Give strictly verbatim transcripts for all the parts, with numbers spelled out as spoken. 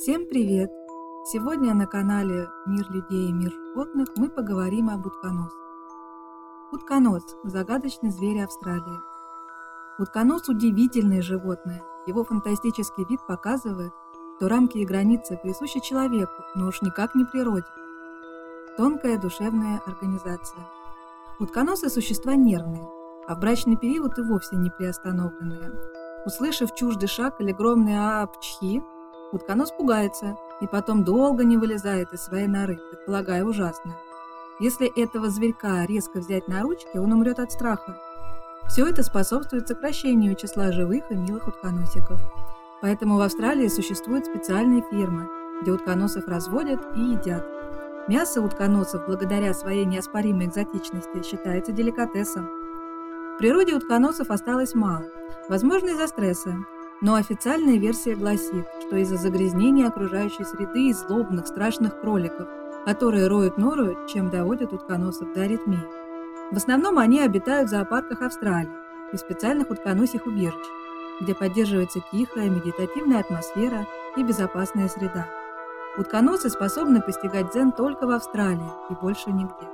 Всем привет! Сегодня на канале «Мир людей и мир животных» мы поговорим об утконосе. Утконос – загадочный зверь Австралии. Утконос – удивительное животное. Его фантастический вид показывает, что рамки и границы присущи человеку, но уж никак не природе. Тонкая душевная организация. Утконосы – существа нервные, а в брачный период и вовсе не приостановленные. Услышав чуждый шаг или громный «аап-чхи», утконос пугается и потом долго не вылезает из своей норы, предполагая ужасное. Если этого зверька резко взять на ручки, он умрет от страха. Все это способствует сокращению числа живых и милых утконосиков. Поэтому в Австралии существуют специальные фермы, где утконосов разводят и едят. Мясо утконосов, благодаря своей неоспоримой экзотичности, считается деликатесом. В природе утконосов осталось мало, возможно, из-за стресса. Но официальная версия гласит, что из-за загрязнения окружающей среды и злобных, страшных кроликов, которые роют норы, чем доводят утконосов до аритмии. В основном они обитают в зоопарках Австралии и в специальных утконосьих убежищах, где поддерживается тихая, медитативная атмосфера и безопасная среда. Утконосы способны постигать дзен только в Австралии и больше нигде.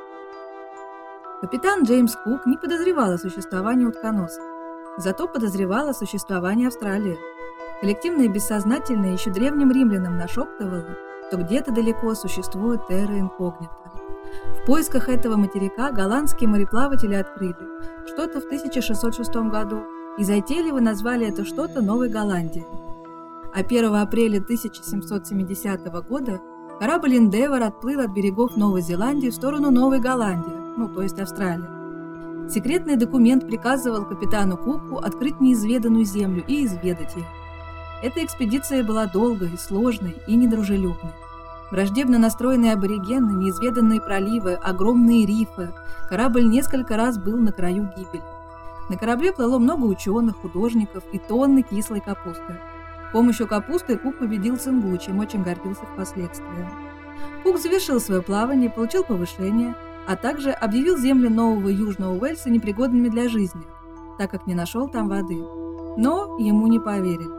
Капитан Джеймс Кук не подозревал о существовании утконосов. Зато подозревала существование Австралии. Коллективное бессознательное еще древним римлянам нашептывало, что где-то далеко существует терра инкогнита. В поисках этого материка голландские мореплаватели открыли что-то в тысяча шестьсот шестом году и затейливо назвали это что-то Новой Голландией. А первого апреля тысяча семьсот семидесятого года корабль Endeavour отплыл от берегов Новой Зеландии в сторону Новой Голландии, ну то есть Австралии. Секретный документ приказывал капитану Куку открыть неизведанную землю и изведать ее. Эта экспедиция была долгой, сложной и недружелюбной. Враждебно настроенные аборигены, неизведанные проливы, огромные рифы. Корабль несколько раз был на краю гибели. На корабле плыло много ученых, художников и тонны кислой капусты. С помощью капусты Кук победил цингу, чем очень гордился впоследствии. Кук завершил свое плавание, получил повышение, а также объявил земли Нового Южного Уэльса непригодными для жизни, так как не нашел там воды. Но ему не поверили.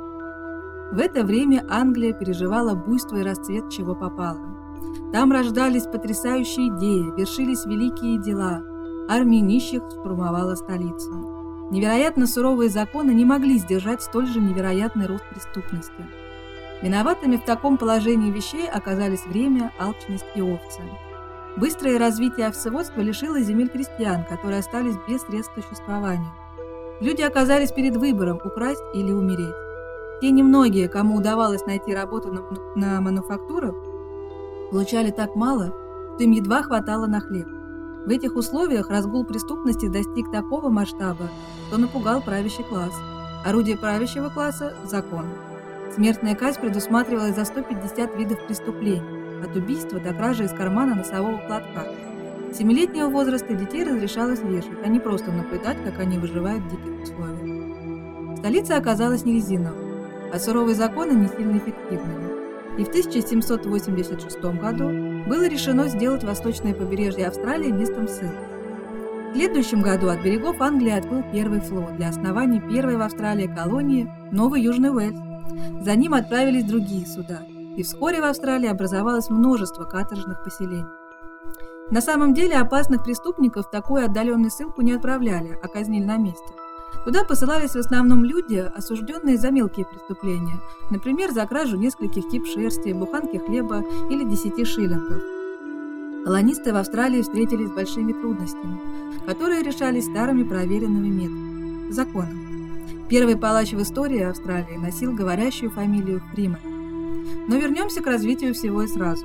В это время Англия переживала буйство и расцвет чего попало. Там рождались потрясающие идеи, вершились великие дела. Армия нищих штурмовала столицу. Невероятно суровые законы не могли сдержать столь же невероятный рост преступности. Виноватыми в таком положении вещей оказались время, алчность и овцы. Быстрое развитие овцеводства лишило земель крестьян, которые остались без средств существования. Люди оказались перед выбором – украсть или умереть. Те немногие, кому удавалось найти работу на, на мануфактурах, получали так мало, что им едва хватало на хлеб. В этих условиях разгул преступности достиг такого масштаба, что напугал правящий класс. Орудие правящего класса – закон. Смертная казнь предусматривалась за сто пятьдесят видов преступлений. От убийства до кражи из кармана носового платка. С семилетнего возраста детей разрешалось вешать, а не просто наблюдать, как они выживают в диких условиях. Столица оказалась не резиновой, а суровые законы не сильно эффективными. И в тысяча семьсот восемьдесят шестом году было решено сделать восточное побережье Австралии местом ссылки. В следующем году от берегов Англии отплыл первый флот для основания первой в Австралии колонии Новый Южный Уэльс. За ним отправились другие суда. И вскоре в Австралии образовалось множество каторжных поселений. На самом деле опасных преступников в такую отдаленную ссылку не отправляли, а казнили на месте. Туда посылались в основном люди, осужденные за мелкие преступления, например, за кражу нескольких кип шерсти, буханки хлеба или десяти шиллингов. Колонисты в Австралии встретились с большими трудностями, которые решались старыми проверенными методами – законом. Первый палач в истории Австралии носил говорящую фамилию Фриман. Но вернемся к развитию всего и сразу.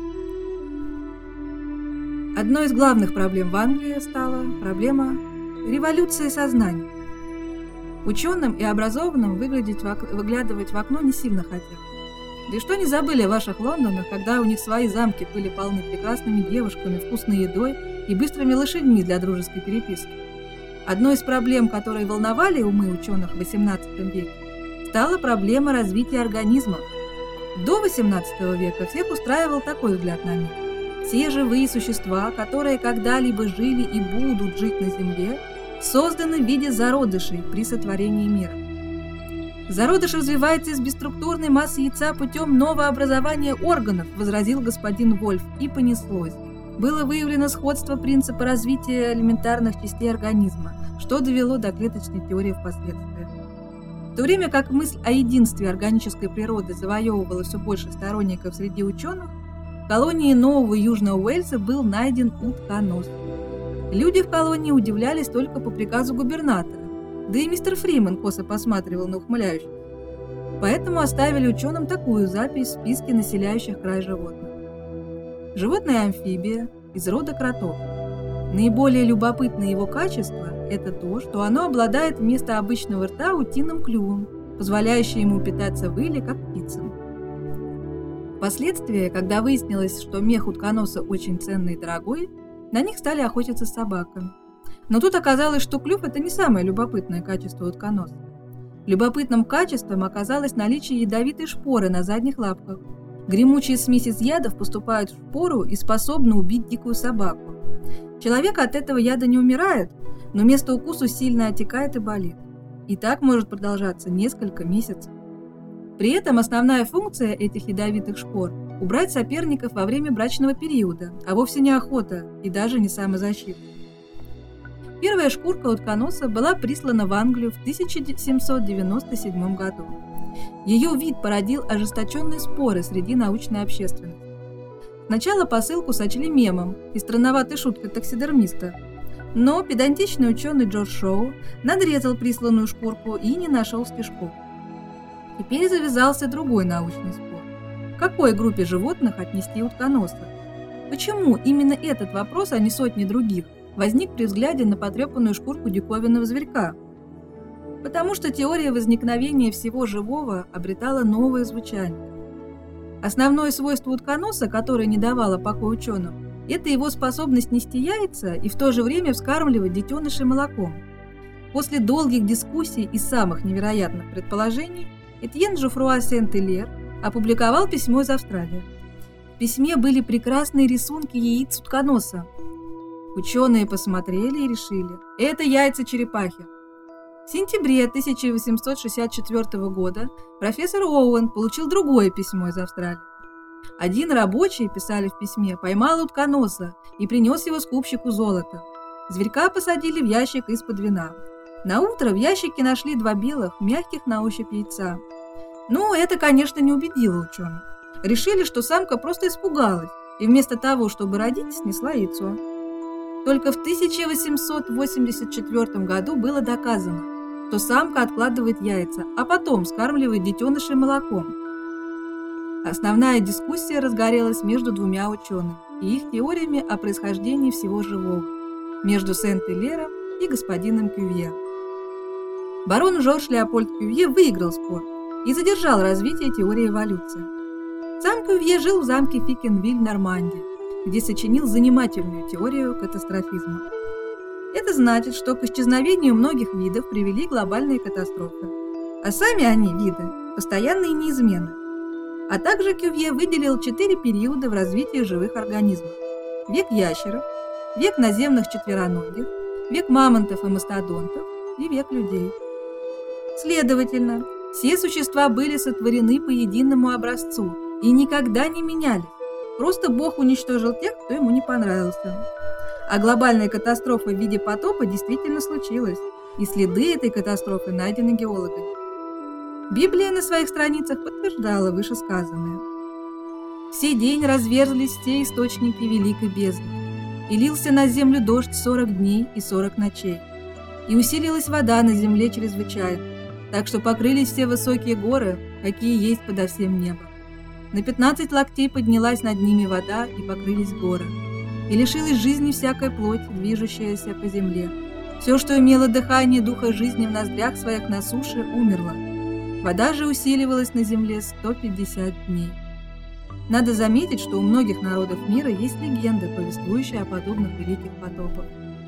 Одной из главных проблем в Англии стала проблема революции сознания. Ученым и образованным выглядеть в ок... выглядывать в окно не сильно хотелось. Да и что не забыли о ваших Лондонах, когда у них свои замки были полны прекрасными девушками, вкусной едой и быстрыми лошадьми для дружеской переписки. Одной из проблем, которые волновали умы ученых в восемнадцатом веке, стала проблема развития организма. До восемнадцатого века всех устраивал такой взгляд на мир. Все живые существа, которые когда-либо жили и будут жить на Земле, созданы в виде зародышей при сотворении мира. «Зародыш развивается из бесструктурной массы яйца путем новообразования органов», возразил господин Вольф, и понеслось. Было выявлено сходство принципа развития элементарных частей организма, что довело до клеточной теории впоследствии. В то время как мысль о единстве органической природы завоевывала все больше сторонников среди ученых, в колонии Нового Южного Уэльса был найден утконос. Люди в колонии удивлялись только по приказу губернатора, да и мистер Фриман косо посматривал на ухмыляющихся. Поэтому оставили ученым такую запись в списке населяющих край животных. Животное амфибия из рода кротов. Наиболее любопытное его качество – это то, что оно обладает вместо обычного рта утиным клювом, позволяющим ему питаться в иле, как птицам. Впоследствии, когда выяснилось, что мех утконоса очень ценный и дорогой, на них стали охотиться с собаками. Но тут оказалось, что клюв – это не самое любопытное качество утконоса. Любопытным качеством оказалось наличие ядовитой шпоры на задних лапках. Гремучие смеси из ядов поступают в шпору и способны убить дикую собаку. Человек от этого яда не умирает, но место укуса сильно отекает и болит. И так может продолжаться несколько месяцев. При этом основная функция этих ядовитых шпор – убрать соперников во время брачного периода, а вовсе не охота и даже не самозащита. Первая шкурка утконоса была прислана в Англию в тысяча семьсот девяносто седьмом году. Ее вид породил ожесточенные споры среди научной общественности. Сначала посылку сочли мемом и странноватой шуткой таксидермиста, но педантичный ученый Джордж Шоу надрезал присланную шкурку и не нашел стежков. Теперь завязался другой научный спор. К какой группе животных отнести утконоса? Почему именно этот вопрос, а не сотни других, возник при взгляде на потрепанную шкурку диковинного зверька? Потому что теория возникновения всего живого обретала новое звучание. Основное свойство утконоса, которое не давало покоя ученым, это его способность нести яйца и в то же время вскармливать детенышей молоком. После долгих дискуссий и самых невероятных предположений Этьен Жофруа Сент-Илер опубликовал письмо из Австралии. В письме были прекрасные рисунки яиц утконоса. Ученые посмотрели и решили – это яйца черепахи. В сентябре тысяча восемьсот шестьдесят четвёртого года профессор Оуэн получил другое письмо из Австралии. Один рабочий, писали в письме, поймал утконоса и принес его скупщику золота. Зверька посадили в ящик из-под вина. На утро в ящике нашли два белых, мягких на ощупь яйца. Ну, это, конечно, не убедило ученых. Решили, что самка просто испугалась и вместо того, чтобы родить, снесла яйцо. Только в тысяча восемьсот восемьдесят четвёртом году было доказано, что самка откладывает яйца, а потом скармливает детенышей молоком. Основная дискуссия разгорелась между двумя учеными и их теориями о происхождении всего живого, между Сент-Илером и господином Кювье. Барон Жорж Леопольд Кювье выиграл спор и задержал развитие теории эволюции. Сам Кювье жил в замке Фикенвиль в Нормандии, где сочинил занимательную теорию катастрофизма. Это значит, что к исчезновению многих видов привели глобальные катастрофы, а сами они, виды, постоянны и неизменны. А также Кювье выделил четыре периода в развитии живых организмов: век ящеров, век наземных четвероногих, век мамонтов и мастодонтов и век людей. Следовательно, все существа были сотворены по единому образцу и никогда не менялись. Просто Бог уничтожил тех, кто ему не понравился. А глобальная катастрофа в виде потопа действительно случилась, и следы этой катастрофы найдены геологами. Библия на своих страницах подтверждала вышесказанное. В сей день разверзлись все источники великой бездны, и лился на землю дождь сорок дней и сорок ночей, и усилилась вода на земле чрезвычайно, так что покрылись все высокие горы, какие есть подо всем небом. На пятнадцать локтей поднялась над ними вода, и покрылись горы. И лишилась жизни всякая плоть, движущаяся по земле. Все, что имело дыхание духа жизни в ноздрях своих на суше, умерло. Вода же усиливалась на земле сто пятьдесят дней. Надо заметить, что у многих народов мира есть легенды, повествующие о подобных великих потопах.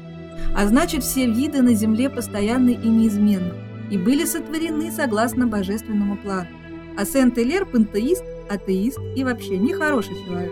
А значит, все виды на земле постоянны и неизменны, и были сотворены согласно божественному плану. А Сент-Илер – пантеист, атеист и вообще нехороший человек.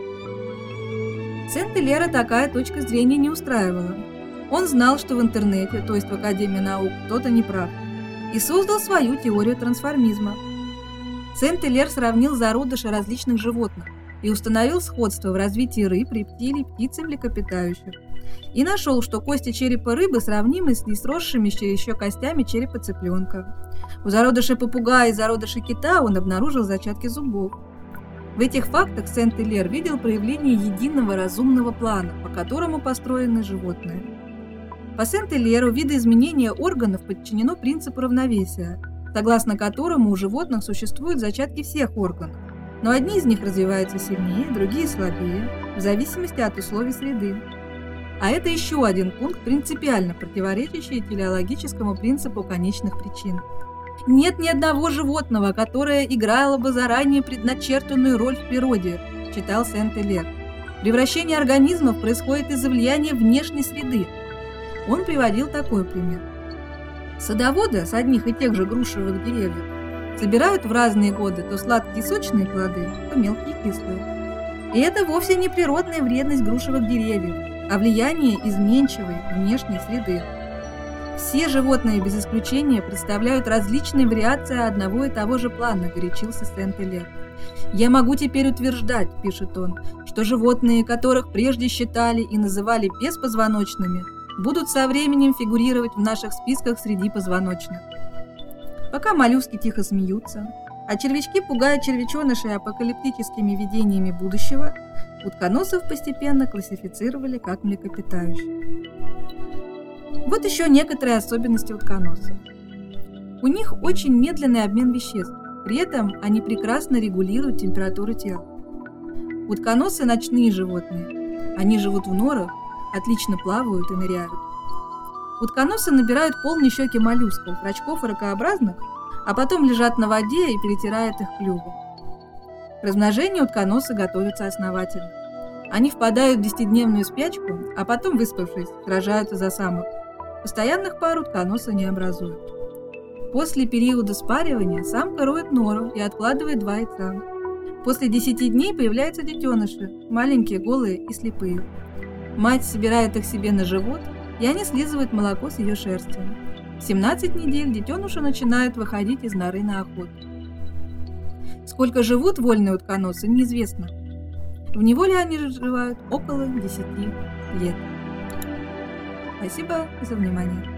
Сент-Илера такая точка зрения не устраивала. Он знал, что в интернете, то есть в Академии наук, кто-то не прав. и создал свою теорию трансформизма. Сент-Илер сравнил зародыши различных животных и установил сходство в развитии рыб, рептилий, птиц и млекопитающих. И нашел, что кости черепа рыбы сравнимы с несросшимися еще костями черепа цыпленка. У зародыша попугая и зародыша кита он обнаружил зачатки зубов. В этих фактах Сент-Илер видел проявление единого разумного плана, по которому построены животные. По Сент-Илеру видоизменение органов подчинено принципу равновесия, согласно которому у животных существуют зачатки всех органов, но одни из них развиваются сильнее, другие слабее, в зависимости от условий среды. А это еще один пункт, принципиально противоречащий телеологическому принципу конечных причин. Нет ни одного животного, которое играло бы заранее предначертанную роль в природе, считал Сент-Илер. Превращение организмов происходит из-за влияния внешней среды. Он приводил такой пример. Садоводы с одних и тех же грушевых деревьев собирают в разные годы то сладкие сочные плоды, то мелкие кислые. И это вовсе не природная вредность грушевых деревьев, а влияние изменчивой внешней среды. Все животные без исключения представляют различные вариации одного и того же плана, горячился Сент-Илер. «Я могу теперь утверждать, — пишет он, — что животные, которых прежде считали и называли беспозвоночными, будут со временем фигурировать в наших списках среди позвоночных». Пока моллюски тихо смеются, а червячки пугают червяченышей апокалиптическими видениями будущего, утконосов постепенно классифицировали как млекопитающих. Вот еще некоторые особенности утконосов. У них очень медленный обмен веществ, при этом они прекрасно регулируют температуру тела. Утконосы – ночные животные. Они живут в норах, отлично плавают и ныряют. Утконосы набирают полные щеки моллюсков, рачков и ракообразных, а потом лежат на воде и перетирают их клювом. К размножению утконосы готовятся основательно. Они впадают в десятидневную спячку, а потом, выспавшись, сражаются за самок. Постоянных пар утконосы не образуют. После периода спаривания самка роет нору и откладывает два яйца. После десяти дней появляются детеныши, маленькие, голые и слепые. Мать собирает их себе на живот, и они слизывают молоко с ее шерсти. В семнадцать недель детеныши начинают выходить из норы на охоту. Сколько живут вольные утконосы, неизвестно. В неволе они живут около десяти лет. Спасибо за внимание.